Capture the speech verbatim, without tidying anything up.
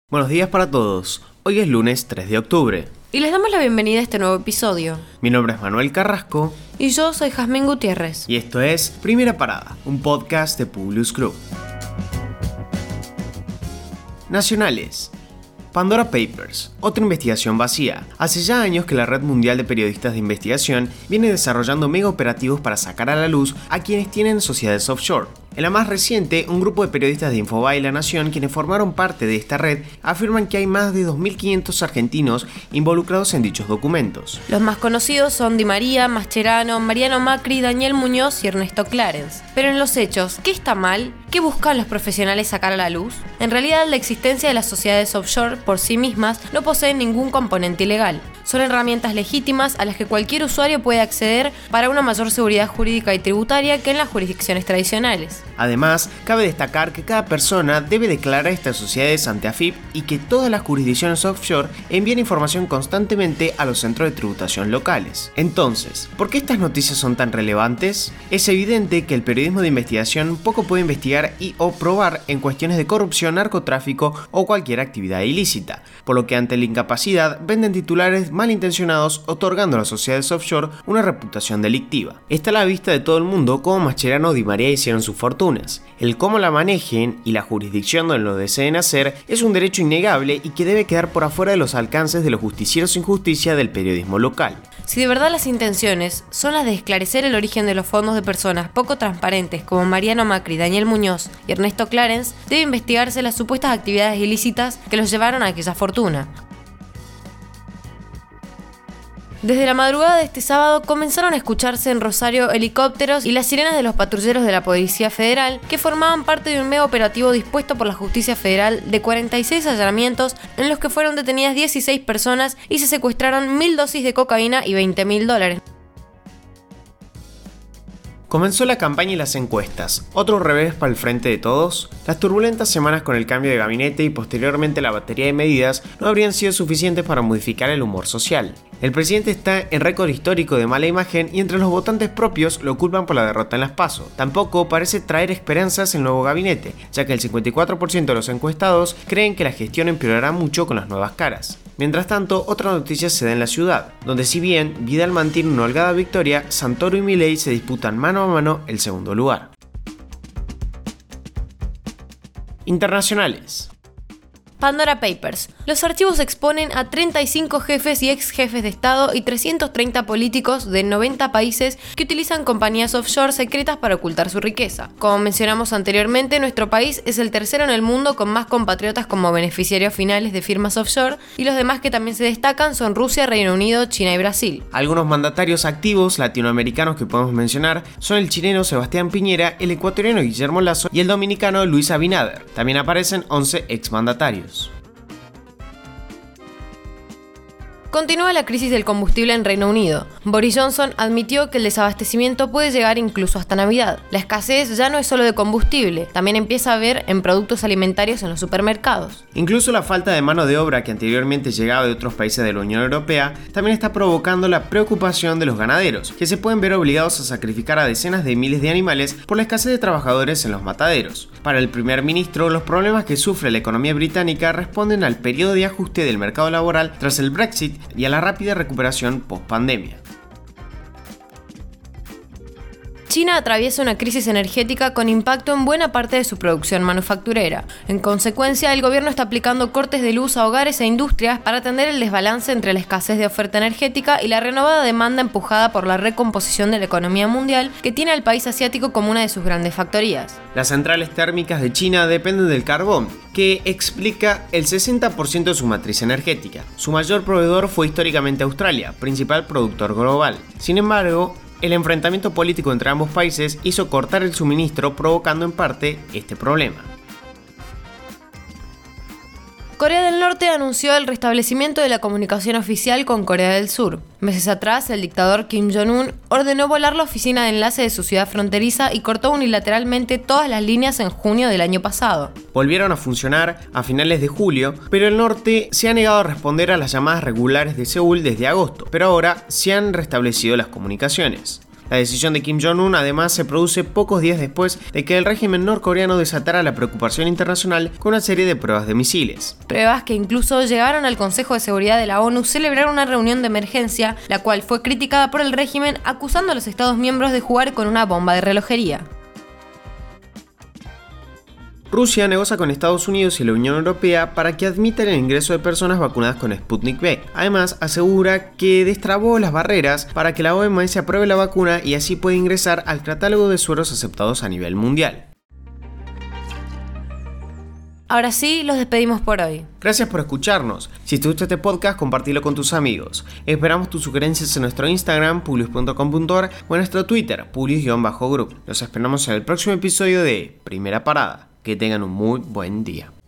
Buenos días para todos, hoy es lunes tres de octubre. Y les damos la bienvenida a este nuevo episodio. Mi nombre es Manuel Carrasco. Y yo soy Jazmín Gutiérrez. Y esto es Primera Parada, un podcast de Publius Group. Nacionales. Pandora Papers, otra investigación vacía. Hace ya años que la Red Mundial de Periodistas de Investigación viene desarrollando mega operativos para sacar a la luz a quienes tienen sociedades offshore. En la más reciente, un grupo de periodistas de Infobae y La Nación, quienes formaron parte de esta red, afirman que hay más de dos mil quinientos argentinos involucrados en dichos documentos. Los más conocidos son Di María, Mascherano, Mariano Macri, Daniel Muñoz y Ernesto Clarence. Pero en los hechos, ¿qué está mal? ¿Qué buscan los profesionales sacar a la luz? En realidad, la existencia de las sociedades offshore por sí mismas no poseen ningún componente ilegal. Son herramientas legítimas a las que cualquier usuario puede acceder para una mayor seguridad jurídica y tributaria que en las jurisdicciones tradicionales. Además, cabe destacar que cada persona debe declarar estas sociedades ante A F I P y que todas las jurisdicciones offshore envían información constantemente a los centros de tributación locales. Entonces, ¿por qué estas noticias son tan relevantes? Es evidente que el periodismo de investigación poco puede investigar y o probar en cuestiones de corrupción, narcotráfico o cualquier actividad ilícita, por lo que ante la incapacidad venden titulares malintencionados otorgando a las sociedades offshore una reputación delictiva. Está a la vista de todo el mundo cómo Mascherano o Di María hicieron sus fortunas. El cómo la manejen y la jurisdicción donde lo deseen hacer es un derecho innegable y que debe quedar por afuera de los alcances de los justicieros sin justicia del periodismo local. Si de verdad las intenciones son las de esclarecer el origen de los fondos de personas poco transparentes como Mariano Macri, Daniel Muñoz y Ernesto Clarence, debe investigarse las supuestas actividades ilícitas que los llevaron a aquella fortuna. Desde la madrugada de este sábado comenzaron a escucharse en Rosario helicópteros y las sirenas de los patrulleros de la Policía Federal, que formaban parte de un mega operativo dispuesto por la Justicia Federal de cuarenta y seis allanamientos en los que fueron detenidas dieciséis personas y se secuestraron mil dosis de cocaína y veinte mil dólares. Comenzó la campaña y las encuestas. ¿Otro revés para el frente de todos? Las turbulentas semanas con el cambio de gabinete y posteriormente la batería de medidas no habrían sido suficientes para modificar el humor social. El presidente está en récord histórico de mala imagen y entre los votantes propios lo culpan por la derrota en las PASO. Tampoco parece traer esperanzas el nuevo gabinete, ya que el cincuenta y cuatro por ciento de los encuestados creen que la gestión empeorará mucho con las nuevas caras. Mientras tanto, otra noticia se da en la ciudad, donde si bien Vidal mantiene una holgada victoria, Santoro y Milei se disputan mano a mano el segundo lugar. Internacionales. Pandora Papers. Los archivos exponen a treinta y cinco jefes y ex jefes de Estado y trescientos treinta políticos de noventa países que utilizan compañías offshore secretas para ocultar su riqueza. Como mencionamos anteriormente, nuestro país es el tercero en el mundo con más compatriotas como beneficiarios finales de firmas offshore, y los demás que también se destacan son Rusia, Reino Unido, China y Brasil. Algunos mandatarios activos latinoamericanos que podemos mencionar son el chileno Sebastián Piñera, el ecuatoriano Guillermo Lasso y el dominicano Luis Abinader. También aparecen once exmandatarios. Continúa la crisis del combustible en Reino Unido. Boris Johnson admitió que el desabastecimiento puede llegar incluso hasta Navidad. La escasez ya no es solo de combustible, también empieza a haber en productos alimentarios en los supermercados. Incluso la falta de mano de obra que anteriormente llegaba de otros países de la Unión Europea también está provocando la preocupación de los ganaderos, que se pueden ver obligados a sacrificar a decenas de miles de animales por la escasez de trabajadores en los mataderos. Para el primer ministro, los problemas que sufre la economía británica responden al periodo de ajuste del mercado laboral tras el Brexit y a la rápida recuperación post-pandemia. China atraviesa una crisis energética con impacto en buena parte de su producción manufacturera. En consecuencia, el gobierno está aplicando cortes de luz a hogares e industrias para atender el desbalance entre la escasez de oferta energética y la renovada demanda empujada por la recomposición de la economía mundial, que tiene al país asiático como una de sus grandes factorías. Las centrales térmicas de China dependen del carbón, que explica el sesenta por ciento de su matriz energética. Su mayor proveedor fue históricamente Australia, principal productor global. Sin embargo, el enfrentamiento político entre ambos países hizo cortar el suministro, provocando en parte este problema. Corea del Norte anunció el restablecimiento de la comunicación oficial con Corea del Sur. Meses atrás, el dictador Kim Jong-un ordenó volar la oficina de enlace de su ciudad fronteriza y cortó unilateralmente todas las líneas en junio del año pasado. Volvieron a funcionar a finales de julio, pero el norte se ha negado a responder a las llamadas regulares de Seúl desde agosto, pero ahora se han restablecido las comunicaciones. La decisión de Kim Jong-un además se produce pocos días después de que el régimen norcoreano desatara la preocupación internacional con una serie de pruebas de misiles. Pruebas que incluso llegaron al Consejo de Seguridad de la ONU a celebrar una reunión de emergencia, la cual fue criticada por el régimen acusando a los Estados miembros de jugar con una bomba de relojería. Rusia negocia con Estados Unidos y la Unión Europea para que admitan el ingreso de personas vacunadas con Sputnik V. Además, asegura que destrabó las barreras para que la O M S apruebe la vacuna y así pueda ingresar al catálogo de sueros aceptados a nivel mundial. Ahora sí, los despedimos por hoy. Gracias por escucharnos. Si te gusta este podcast, compartilo con tus amigos. Esperamos tus sugerencias en nuestro Instagram, publius punto com punto a r o en nuestro Twitter, publius-group. Los esperamos en el próximo episodio de Primera Parada. Que tengan un muy buen día.